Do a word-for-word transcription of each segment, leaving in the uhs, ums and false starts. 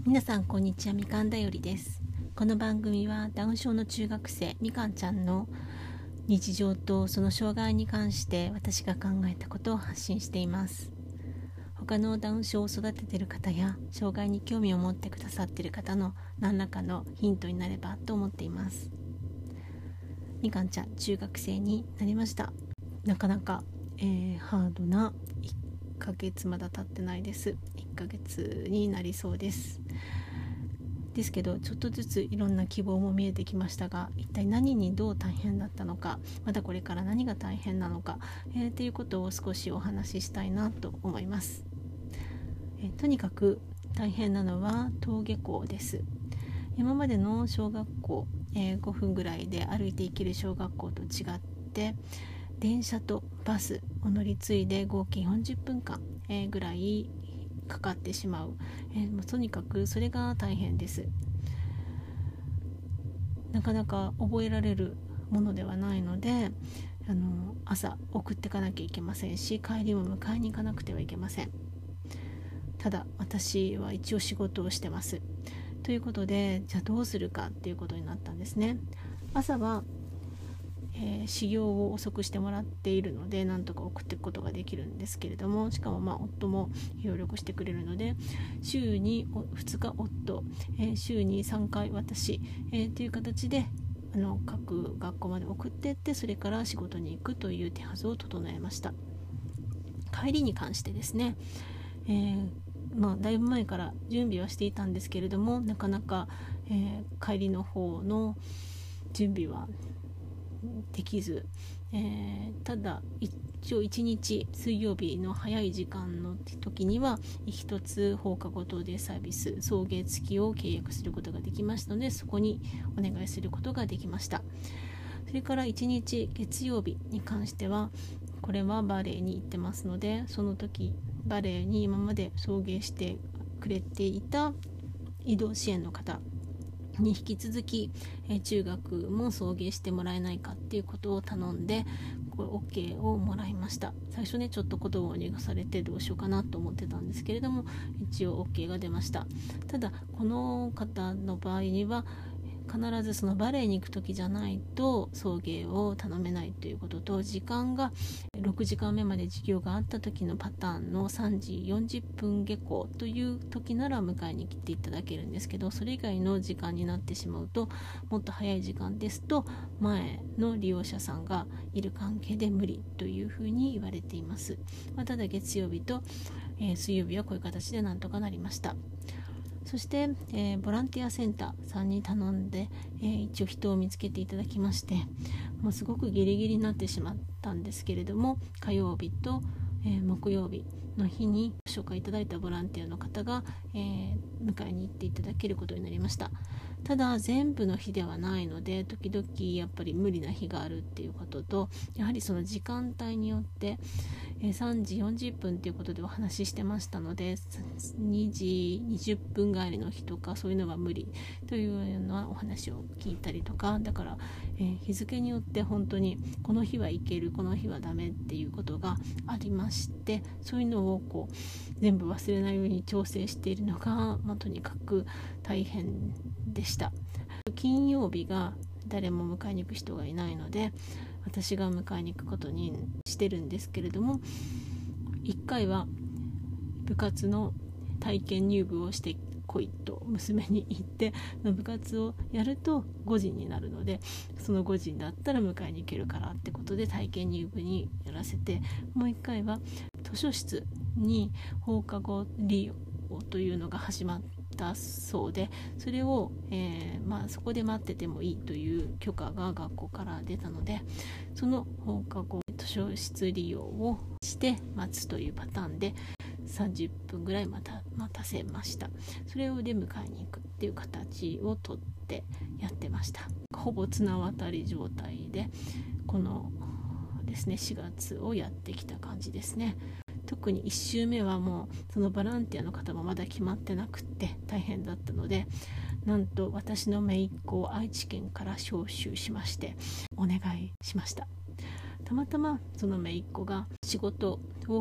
皆さんこんにちは、みかんだよりです。この番組はダウン症の中学生みかんちゃんの日常とその障害に関して私が考えたことを発信しています。他のダウン症を育てている方や障害に興味を持ってくださっている方の何らかのヒントになればと思っています。みかんちゃん中学生になりました。なかなか、えー、ハードないっかげつまだ経ってないです。いっかげつになりそうですですけど、ちょっとずついろんな希望も見えてきましたが、一体何にどう大変だったのか、またこれから何が大変なのか、えー、ということを少しお話ししたいなと思います。えー、とにかく大変なのは登下校です。今までの小学校、えー、ごふんぐらいで歩いて行ける小学校と違って、電車とバスを乗り継いで合計よんじゅっぷんかん、えー、ぐらいかかってしまう、えー、もうとにかくそれが大変です。なかなか覚えられるものではないので、あの朝送っていかなきゃいけませんし、帰りも迎えに行かなくてはいけません。ただ私は一応仕事をしてますということで、じゃあどうするかっていうことになったんですね。朝はえー、始業を遅くしてもらっているので、なんとか送っていくことができるんですけれども、しかもまあ夫も協力してくれるので、週にふつか夫、えー、週にさんかい私、えー、という形であの各学校まで送っていって、それから仕事に行くという手はずを整えました。帰りに関してですね、えーまあ、だいぶ前から準備はしていたんですけれども、なかなか、えー、帰りの方の準備はできず、えー、ただ一応いちにち水曜日の早い時間の時には一つ放課後等デイサービス送迎付きを契約することができましたので、そこにお願いすることができました。それからいちにち月曜日に関しては、これはバレエに行ってますので、その時バレエに今まで送迎してくれていた移動支援の方に引き続き、えー、中学も送迎してもらえないかっていうことを頼んで、これ OK をもらいました。最初ねちょっと言葉を濁されてどうしようかなと思ってたんですけれども、一応 OK が出ました。ただこの方の場合には必ずそのバレエに行く時じゃないと送迎を頼めないということと、時間がろくじかんめまで授業があった時のパターンのさんじよんじゅっぷん下校という時なら迎えに来ていただけるんですけど、それ以外の時間になってしまうと、もっと早い時間ですと前の利用者さんがいる関係で無理というふうに言われています。まあ、ただ月曜日と、えー、水曜日はこういう形でなんとかなりました。そして、えー、ボランティアセンターさんに頼んで、えー、一応人を見つけていただきまして、もうすごくギリギリになってしまったんですけれども、火曜日と、えー、木曜日の日にご紹介いただいたボランティアの方が、えー、迎えに行っていただけることになりました。ただ全部の日ではないので、時々やっぱり無理な日があるっていうことと、やはりその時間帯によって、えー、さんじよんじゅっぷんということでお話ししてましたので、にじにじゅっぷん帰りの日とかそういうのは無理というようなお話を聞いたりとか、だから、えー、日付によって本当にこの日は行ける、この日はダメっていうことがありまして、そういうのをこう全部忘れないように調整しているのが、まあ、とにかく大変でした。金曜日が誰も迎えに行く人がいないので、私が迎えに行くことにしてるんですけれども、いっかいは部活の体験入部をしてこいと娘に言って、部活をやるとごじになるので、そのごじだったら迎えに行けるからってことで体験入部にやらせて、もういっかいは図書室に放課後利用というのが始まったそうで、それを、えーまあ、そこで待っててもいいという許可が学校から出たので、その放課後図書室利用をして待つというパターンでさんじゅっぷんぐらい待た、待たせました。それをで迎えに行くっていう形をとってやってました。ほぼ綱渡り状態でこのですねしがつをやってきた感じですね。特にいち週目はもうそのボランティアの方もまだ決まってなくって大変だったので、なんと私の姪っ子を愛知県から招集しましてお願いしました。たまたまその姪っ子が仕事を転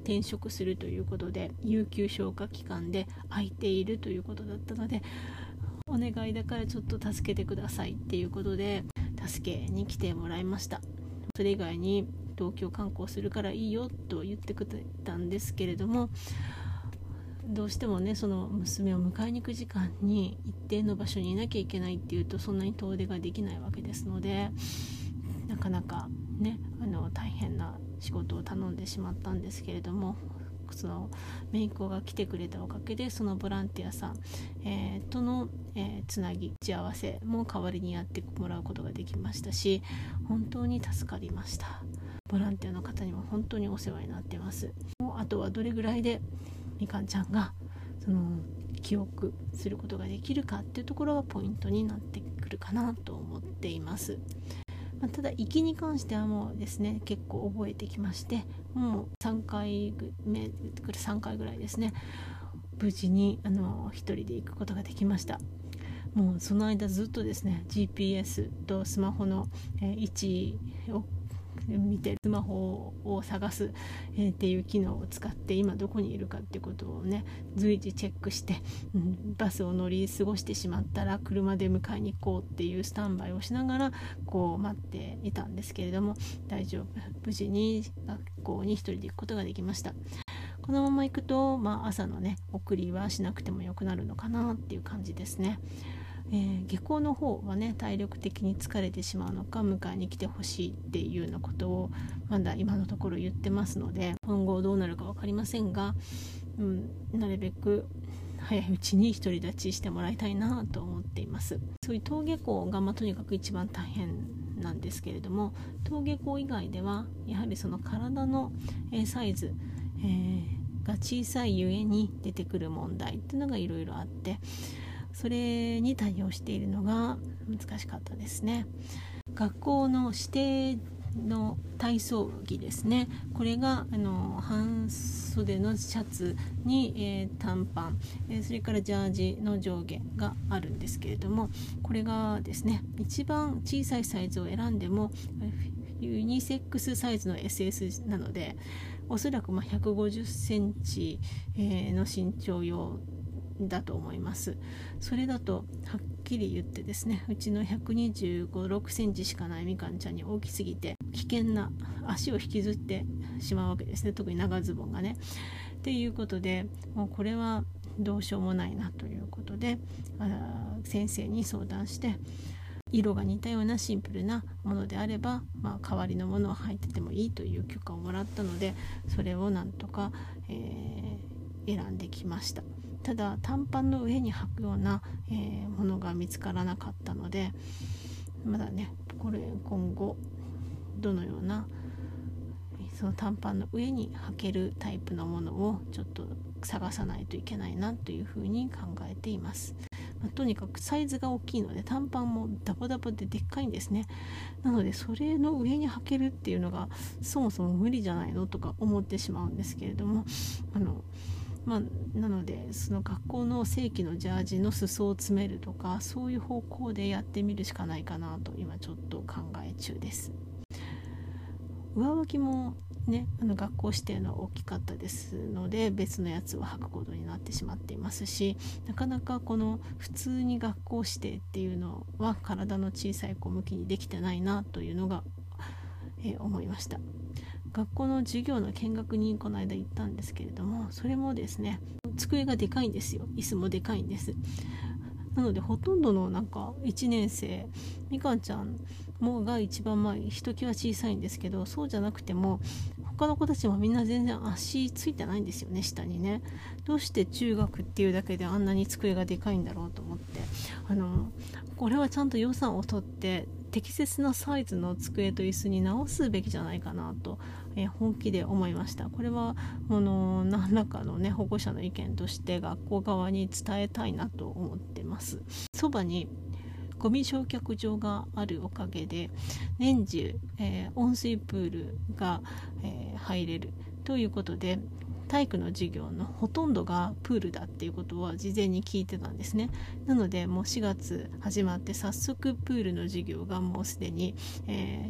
転職するということで有給消化期間で空いているということだったので、お願いだからちょっと助けてくださいっていうことで助けに来てもらいました。それ以外に東京観光するからいいよと言ってくれたんですけれども、どうしてもねその娘を迎えに行く時間に一定の場所にいなきゃいけないっていうとそんなに遠出ができないわけですので、なかなかねあの大変な仕事を頼んでしまったんですけれども、その姪っ子が来てくれたおかげでそのボランティアさん、えー、との、えー、つなぎ打ち合わせも代わりにやってもらうことができましたし、本当に助かりました。ボランティアの方にも本当にお世話になってます。もうあとはどれぐらいでみかんちゃんがその記憶することができるかっていうところがポイントになってくるかなと思っています。まあ、ただ行きに関してはもうですね結構覚えてきまして、もうさんかいめさんかいぐらいですね無事にあの一人で行くことができました。もうその間ずっとですね ジーピーエス とスマホの、えー、位置を見てスマホを探す、えー、っていう機能を使って今どこにいるかっていうことをね随時チェックして、うん、バスを乗り過ごしてしまったら車で迎えに行こうっていうスタンバイをしながらこう待っていたんですけれども、大丈夫無事に学校に一人で行くことができました。このまま行くと、まあ、朝のね送りはしなくてもよくなるのかなっていう感じですね。えー、下校の方はね体力的に疲れてしまうのか迎えに来てほしいっていうようなことをまだ今のところ言ってますので、今後どうなるか分かりませんが、うん、なるべく早いうちに独り立ちしてもらいたいなと思っています。そういう登下校が、まあ、とにかく一番大変なんですけれども、登下校以外ではやはりその体のサイズ、えー、が小さいゆえに出てくる問題っていうのがいろいろあって、それに対応しているのが難しかったですね。学校の指定の体操着ですね、これがあの半袖のシャツに、えー、短パン、えー、それからジャージの上下があるんですけれども、これがですね一番小さいサイズを選んでもユニセックスサイズの エスエス なので、おそらくまあひゃくごじゅっセンチ、えー、の身長用だと思います。それだとはっきり言ってですね、うちのひゃくにじゅうご、ろくセンチしかないみかんちゃんに大きすぎて危険な足を引きずってしまうわけですね、特に長ズボンがね。っていうことでもうこれはどうしようもないなということで、あ先生に相談して色が似たようなシンプルなものであれば、まあ、代わりのものを履いててもいいという許可をもらったので、それをなんとか、えー、選んできました。ただ短パンの上に履くような、えー、ものが見つからなかったので、まだねこれ今後どのようなその短パンの上に履けるタイプのものをちょっと探さないといけないなというふうに考えています。まあ、とにかくサイズが大きいので短パンもダボダボででっかいんですね。なのでそれの上に履けるっていうのがそもそも無理じゃないのとか思ってしまうんですけれども、あのまあ、なのでその学校の正規のジャージの裾を詰めるとかそういう方向でやってみるしかないかなと今ちょっと考え中です。上履きもねあの学校指定の大きかったですので別のやつを履くことになってしまっていますし、なかなかこの普通に学校指定っていうのは体の小さい子向きにできてないなというのが、えー、思いました。学校の授業の見学にこの間行ったんですけれども、それもですね机がでかいんですよ。椅子もでかいんです。なのでほとんどのなんかいちねん生みかんちゃんもが一番まあひときわ小さいんですけど、そうじゃなくても他の子たちもみんな全然足ついてないんですよね、下にね。どうして中学っていうだけであんなに机がでかいんだろうと思って、あのこれはちゃんと予算を取って適切なサイズの机と椅子に直すべきじゃないかなと、えー、本気で思いました。これはあの何らかのね保護者の意見として学校側に伝えたいなと思ってます。そばにゴミ焼却場があるおかげで年中、えー、温水プールが、えー、入れるということで、体育の授業のほとんどがプールだっていうことは事前に聞いてたんですね。なのでもうしがつ始まって早速プールの授業がもうすでに、えー、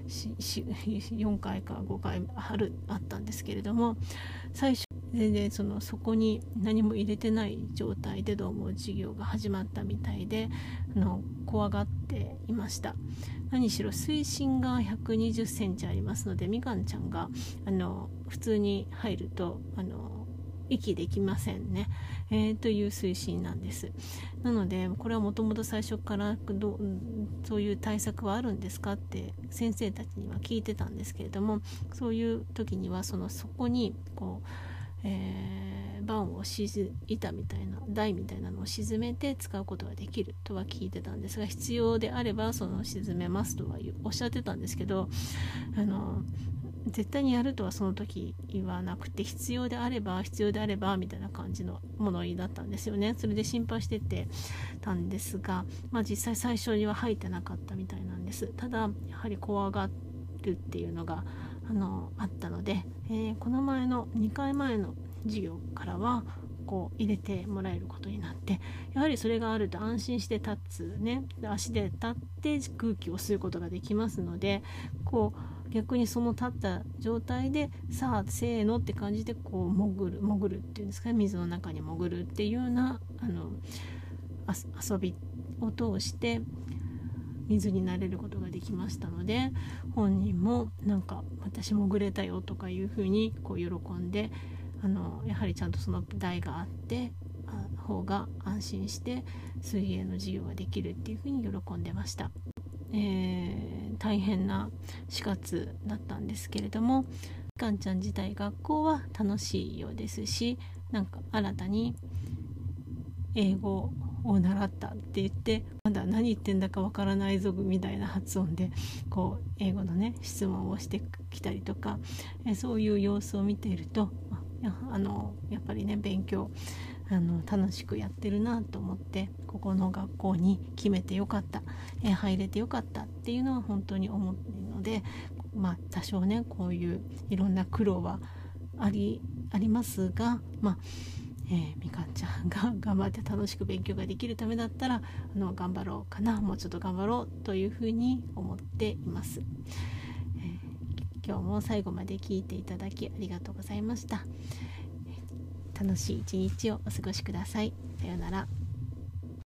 よんかいかごかいあるあったんですけれども、最初全然そのそこに何も入れてない状態でどうも授業が始まったみたいで、あの怖がっていました。何しろ水深がひゃくにじゅっセンチありますので、みかんちゃんがあの普通に入るとあの息できませんね、えー、という水深なんです。なのでこれはもともと最初からどそういう対策はあるんですかって先生たちには聞いてたんですけれども、そういう時にはそのそこにこう、えー、バンを沈板みたいな台みたいなのを沈めて使うことができるとは聞いてたんですが、必要であればその沈めますとはおっしゃってたんですけど、あの絶対にやるとはその時言わなくて、必要であれば必要であればみたいな感じの物言いだったんですよね。それで心配しててたんですが、まあ、実際最初には入ってなかったみたいなんです。ただやはり怖がるっていうのがあのあったので、えー、この前のにかいまえの授業からはこう入れてもらえることになって、やはりそれがあると安心して立つね、足で立って空気を吸うことができますので、こう逆にその立った状態でさあせーのって感じでこう潜る潜るっていうんですかね、水の中に潜るっていうようなあの遊びを通して水に慣れることができましたので、本人もなんか私潜れたよとかいうふうにこう喜んで、あのやはりちゃんとその台があって方が安心して水泳の授業ができるっていうふうに喜んでました。えー、大変な死活だったんですけれども、みかんちゃん自体学校は楽しいようですし、なんか新たに英語を習ったって言ってまだ何言ってんだかわからないぞみたいな発音でこう英語のね質問をしてきたりとか、えそういう様子を見ているとやあのやっぱりね勉強あの楽しくやってるなと思って、ここの学校に決めてよかった、え入れてよかったっていうのは本当に思っているので、まあ多少ねこういういろんな苦労はありありますが、まあえー、みかんちゃんが頑張って楽しく勉強ができるためだったらあの頑張ろうかな、もうちょっと頑張ろうというふうに思っています。えー、今日も最後まで聞いていただきありがとうございました。楽しい一日をお過ごしください。さようなら。